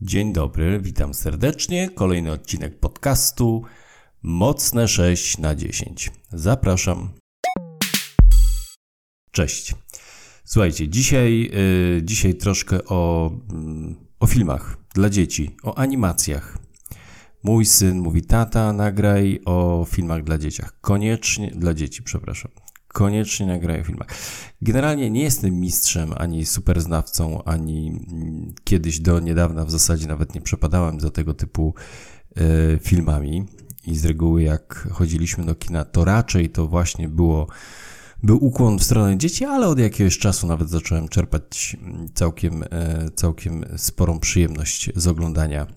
Dzień dobry, witam serdecznie. Kolejny odcinek podcastu Mocne 6 na 10. Zapraszam. Cześć. Słuchajcie, dzisiaj troszkę o filmach dla dzieci, o animacjach. Mój syn mówi: tata, nagraj o filmach dla dzieci. Koniecznie nagraj o filmach. Generalnie nie jestem mistrzem, ani superznawcą, ani kiedyś do niedawna w zasadzie nawet nie przepadałem za tego typu filmami. I z reguły jak chodziliśmy do kina, to raczej to właśnie był ukłon w stronę dzieci, ale od jakiegoś czasu nawet zacząłem czerpać całkiem sporą przyjemność z oglądania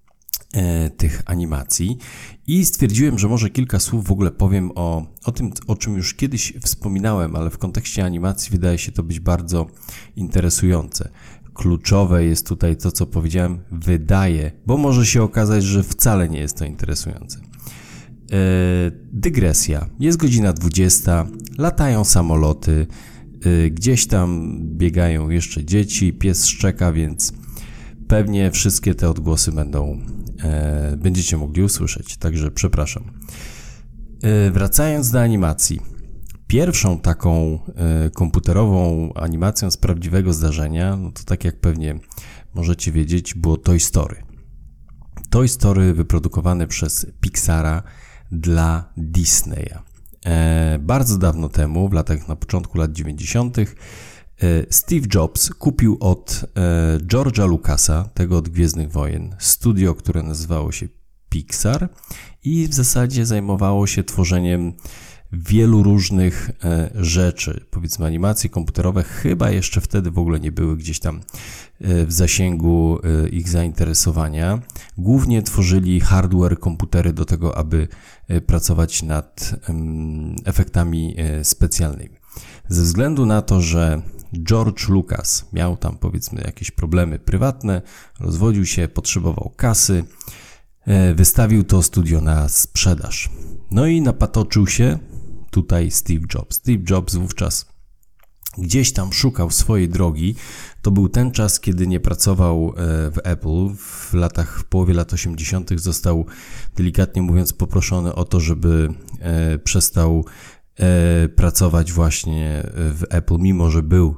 tych animacji i stwierdziłem, że może kilka słów w ogóle powiem o tym, o czym już kiedyś wspominałem, ale w kontekście animacji wydaje się to być bardzo interesujące. Kluczowe jest tutaj to, co powiedziałem, bo może się okazać, że wcale nie jest to interesujące. Dygresja. Jest godzina 20, latają samoloty, gdzieś tam biegają jeszcze dzieci, pies szczeka, więc pewnie wszystkie te odgłosy będziecie mogli usłyszeć, także przepraszam. Wracając do animacji. Pierwszą taką komputerową animacją z prawdziwego zdarzenia, no to tak jak pewnie możecie wiedzieć, było Toy Story. Toy Story wyprodukowane przez Pixara dla Disneya. Bardzo dawno temu, na początku lat 90., Steve Jobs kupił od George'a Lucasa, tego od Gwiezdnych Wojen, studio, które nazywało się Pixar i w zasadzie zajmowało się tworzeniem wielu różnych rzeczy. Powiedzmy, animacje komputerowe chyba jeszcze wtedy w ogóle nie były gdzieś tam w zasięgu ich zainteresowania. Głównie tworzyli hardware, komputery do tego, aby pracować nad efektami specjalnymi. Ze względu na to, że George Lucas miał tam powiedzmy jakieś problemy prywatne, rozwodził się, potrzebował kasy, wystawił to studio na sprzedaż. No i napatoczył się tutaj Steve Jobs. Steve Jobs wówczas gdzieś tam szukał swojej drogi. To był ten czas, kiedy nie pracował w Apple. W połowie lat 80. został, delikatnie mówiąc, poproszony o to, żeby przestał pracować właśnie w Apple, mimo że był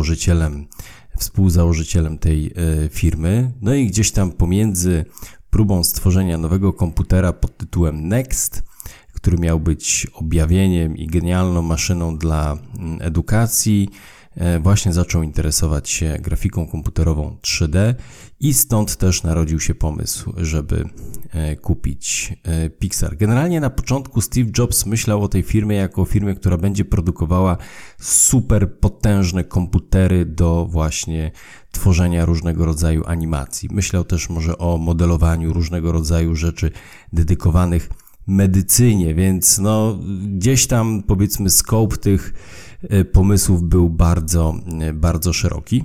współzałożycielem tej firmy. No i gdzieś tam pomiędzy próbą stworzenia nowego komputera pod tytułem Next, który miał być objawieniem i genialną maszyną dla edukacji, właśnie zaczął interesować się grafiką komputerową 3D i stąd też narodził się pomysł, żeby kupić Pixar. Generalnie na początku Steve Jobs myślał o tej firmie jako o firmie, która będzie produkowała super potężne komputery do właśnie tworzenia różnego rodzaju animacji. Myślał też może o modelowaniu różnego rodzaju rzeczy dedykowanych medycynie, więc no gdzieś tam powiedzmy scope tych pomysłów był bardzo, bardzo szeroki.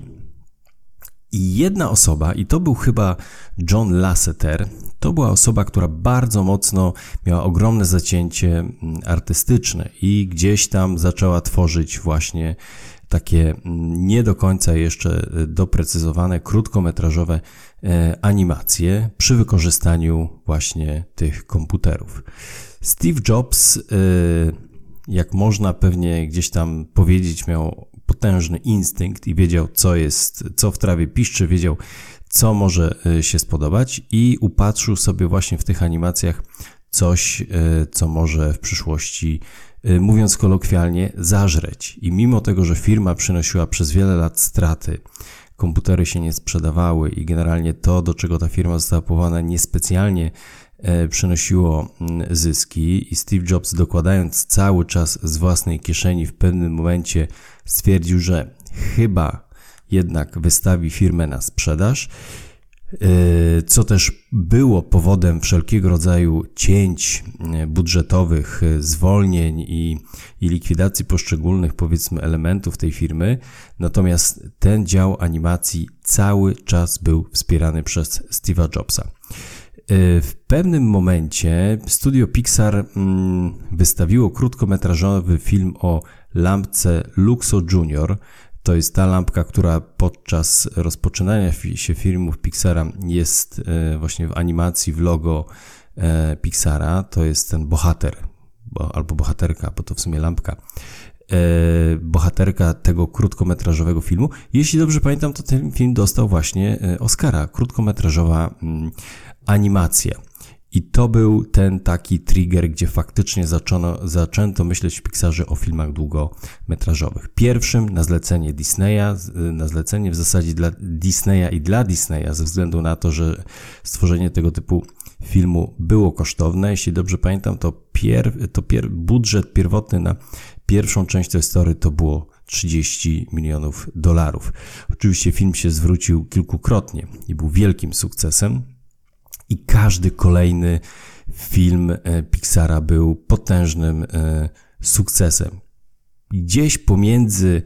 I jedna osoba, i to był chyba John Lasseter, to była osoba, która bardzo mocno miała ogromne zacięcie artystyczne i gdzieś tam zaczęła tworzyć właśnie takie nie do końca jeszcze doprecyzowane, krótkometrażowe animacje przy wykorzystaniu właśnie tych komputerów. Steve Jobs, jak można pewnie gdzieś tam powiedzieć, miał potężny instynkt i wiedział, co w trawie piszczy, wiedział, co może się spodobać i upatrzył sobie właśnie w tych animacjach coś, co może w przyszłości, mówiąc kolokwialnie, zażreć. I mimo tego, że firma przynosiła przez wiele lat straty, komputery się nie sprzedawały i generalnie to, do czego ta firma została powołana, niespecjalnie przynosiło zyski i Steve Jobs, dokładając cały czas z własnej kieszeni, w pewnym momencie stwierdził, że chyba jednak wystawi firmę na sprzedaż, co też było powodem wszelkiego rodzaju cięć budżetowych, zwolnień i likwidacji poszczególnych, powiedzmy, elementów tej firmy. Natomiast ten dział animacji cały czas był wspierany przez Steve'a Jobsa. W pewnym momencie studio Pixar wystawiło krótkometrażowy film o lampce Luxo Junior. To jest ta lampka, która podczas rozpoczynania się filmów Pixara jest właśnie w animacji, w logo Pixara. To jest ten bohater, albo bohaterka, bo to w sumie lampka. Bohaterka tego krótkometrażowego filmu. Jeśli dobrze pamiętam, to ten film dostał właśnie Oscara. Krótkometrażowa animacja. I to był ten taki trigger, gdzie faktycznie zaczęto myśleć w Pixarze o filmach długometrażowych. Pierwszym na zlecenie Disneya, na zlecenie w zasadzie dla Disneya i dla Disneya, ze względu na to, że stworzenie tego typu filmu było kosztowne. Jeśli dobrze pamiętam, to budżet pierwotny na pierwszą część tej historii to było $30 milionów. Oczywiście film się zwrócił kilkukrotnie i był wielkim sukcesem. I każdy kolejny film Pixara był potężnym sukcesem. Gdzieś pomiędzy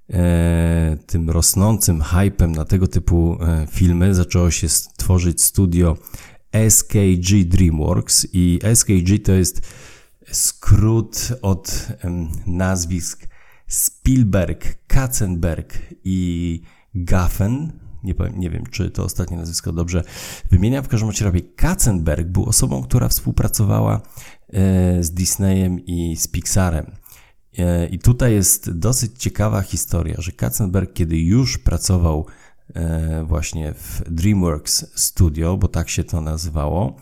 tym rosnącym hypem na tego typu filmy zaczęło się tworzyć studio SKG DreamWorks i SKG to jest skrót od nazwisk Spielberg, Katzenberg i Gaffen. Nie wiem, czy to ostatnie nazwisko dobrze wymieniam. W każdym razie Katzenberg był osobą, która współpracowała z Disneyem i z Pixarem. I tutaj jest dosyć ciekawa historia, że Katzenberg, kiedy już pracował właśnie w DreamWorks Studio, bo tak się to nazywało,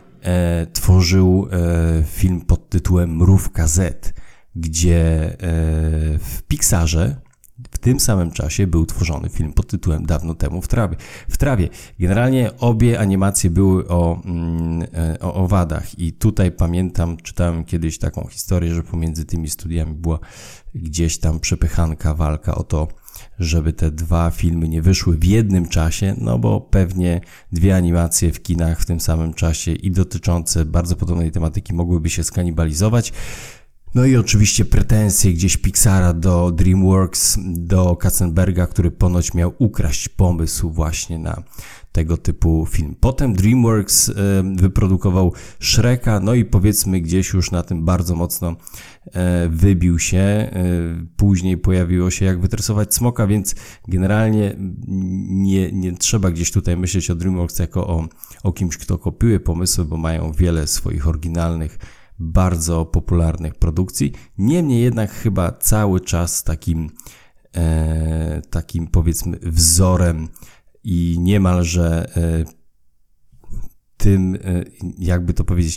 tworzył film pod tytułem Mrówka Z, gdzie w Pixarze w tym samym czasie był tworzony film pod tytułem Dawno temu w trawie. Generalnie obie animacje były o owadach i tutaj pamiętam, czytałem kiedyś taką historię, że pomiędzy tymi studiami była gdzieś tam przepychanka, walka o to, żeby te dwa filmy nie wyszły w jednym czasie, no bo pewnie dwie animacje w kinach w tym samym czasie i dotyczące bardzo podobnej tematyki mogłyby się skanibalizować. No i oczywiście pretensje gdzieś Pixara do DreamWorks, do Katzenberga, który ponoć miał ukraść pomysł właśnie na tego typu film. Potem DreamWorks wyprodukował Shreka, no i powiedzmy gdzieś już na tym bardzo mocno wybił się. Później pojawiło się Jak wytresować smoka, więc generalnie nie trzeba gdzieś tutaj myśleć o DreamWorks jako o kimś, kto kopiuje pomysły, bo mają wiele swoich oryginalnych, bardzo popularnych produkcji. Niemniej jednak chyba cały czas takim powiedzmy wzorem i niemalże tym, jakby to powiedzieć,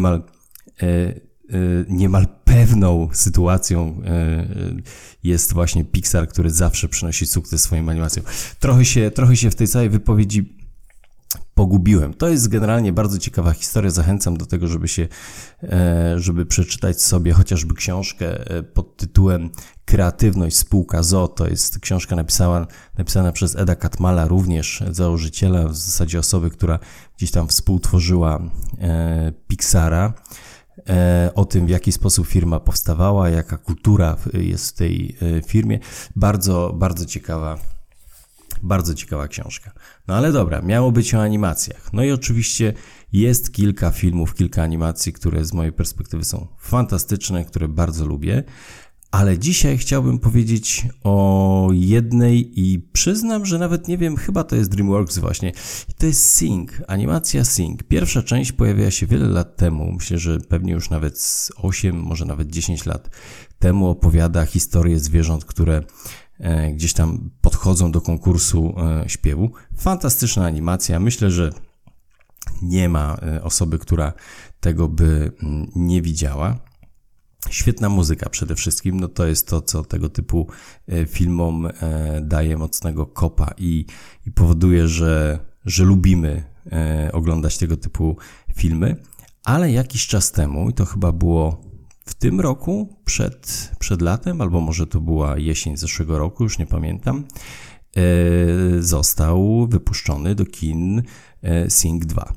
niemal pewną sytuacją jest właśnie Pixar, który zawsze przynosi sukces swoim animacjom. Trochę się w tej całej wypowiedzi pogubiłem. To jest generalnie bardzo ciekawa historia. Zachęcam do tego, żeby przeczytać sobie chociażby książkę pod tytułem Kreatywność spółka ZOO. To jest książka napisana przez Eda Catmulla, również założyciela, w zasadzie osoby, która gdzieś tam współtworzyła Pixara. O tym, w jaki sposób firma powstawała, jaka kultura jest w tej firmie. Bardzo, bardzo ciekawa książka. No ale dobra, miało być o animacjach. No i oczywiście jest kilka filmów, kilka animacji, które z mojej perspektywy są fantastyczne, które bardzo lubię, ale dzisiaj chciałbym powiedzieć o jednej i przyznam, że nawet nie wiem, chyba to jest DreamWorks właśnie. I to jest Sing, animacja Sing. Pierwsza część pojawiła się wiele lat temu, myślę, że pewnie już nawet 8, może nawet 10 lat temu opowiada historię zwierząt, które gdzieś tam podchodzą do konkursu śpiewu. Fantastyczna animacja. Myślę, że nie ma osoby, która tego by nie widziała. Świetna muzyka przede wszystkim. No to jest to, co tego typu filmom daje mocnego kopa i powoduje, że lubimy oglądać tego typu filmy. Ale jakiś czas temu, i to chyba było w tym roku, przed latem, albo może to była jesień zeszłego roku, już nie pamiętam, został wypuszczony do kin Sing 2.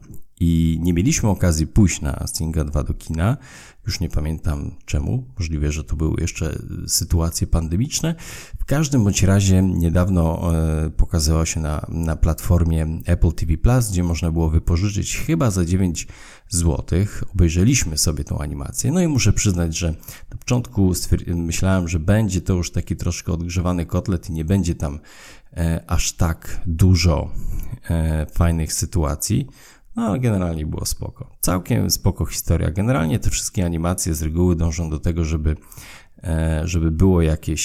i nie mieliśmy okazji pójść na Stinga 2 do kina. Już nie pamiętam czemu, możliwe, że to były jeszcze sytuacje pandemiczne. W każdym bądź razie niedawno pokazała się na platformie Apple TV+, gdzie można było wypożyczyć chyba za 9 zł. Obejrzeliśmy sobie tą animację, no i muszę przyznać, że na początku myślałem, że będzie to już taki troszkę odgrzewany kotlet i nie będzie tam aż tak dużo fajnych sytuacji. No, ale generalnie było spoko. Całkiem spoko historia. Generalnie te wszystkie animacje z reguły dążą do tego, żeby był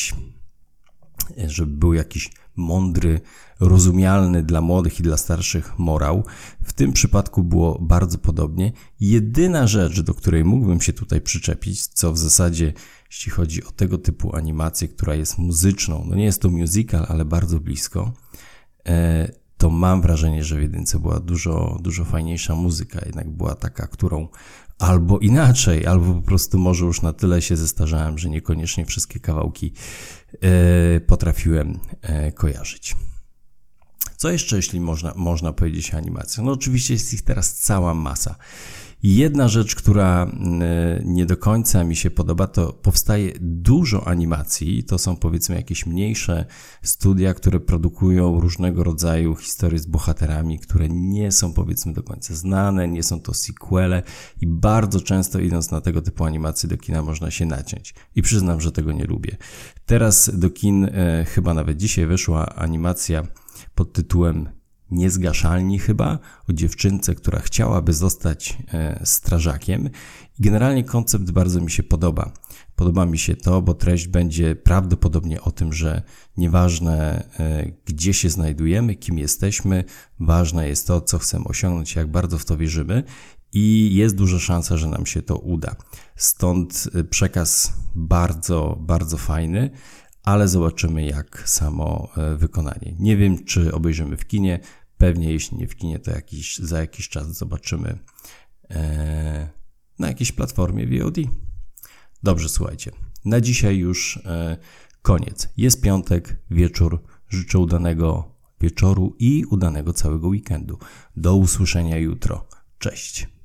jakiś mądry, rozumialny dla młodych i dla starszych morał. W tym przypadku było bardzo podobnie. Jedyna rzecz, do której mógłbym się tutaj przyczepić, co w zasadzie, jeśli chodzi o tego typu animację, która jest muzyczną, no nie jest to musical, ale bardzo blisko, to mam wrażenie, że w jedynce była dużo fajniejsza muzyka, jednak była taka, którą albo inaczej, albo po prostu może już na tyle się zestarzałem, że niekoniecznie wszystkie kawałki potrafiłem kojarzyć. Co jeszcze, jeśli można powiedzieć o animacjach? No oczywiście jest ich teraz cała masa. Jedna rzecz, która nie do końca mi się podoba, to powstaje dużo animacji, to są powiedzmy jakieś mniejsze studia, które produkują różnego rodzaju historie z bohaterami, które nie są powiedzmy do końca znane, nie są to sequele i bardzo często idąc na tego typu animacje do kina można się naciąć i przyznam, że tego nie lubię. Teraz do kin chyba nawet dzisiaj wyszła animacja pod tytułem Niezgaszalni chyba, o dziewczynce, która chciałaby zostać strażakiem i generalnie koncept bardzo mi się podoba. Podoba mi się to, bo treść będzie prawdopodobnie o tym, że nieważne gdzie się znajdujemy, kim jesteśmy, ważne jest to, co chcemy osiągnąć, jak bardzo w to wierzymy i jest duża szansa, że nam się to uda. Stąd przekaz bardzo, bardzo fajny, ale zobaczymy jak samo wykonanie. Nie wiem, czy obejrzymy w kinie, pewnie jeśli nie w kinie, to za jakiś czas zobaczymy na jakiejś platformie VOD. Dobrze, słuchajcie, na dzisiaj już koniec. Jest piątek, wieczór, życzę udanego wieczoru i udanego całego weekendu. Do usłyszenia jutro. Cześć.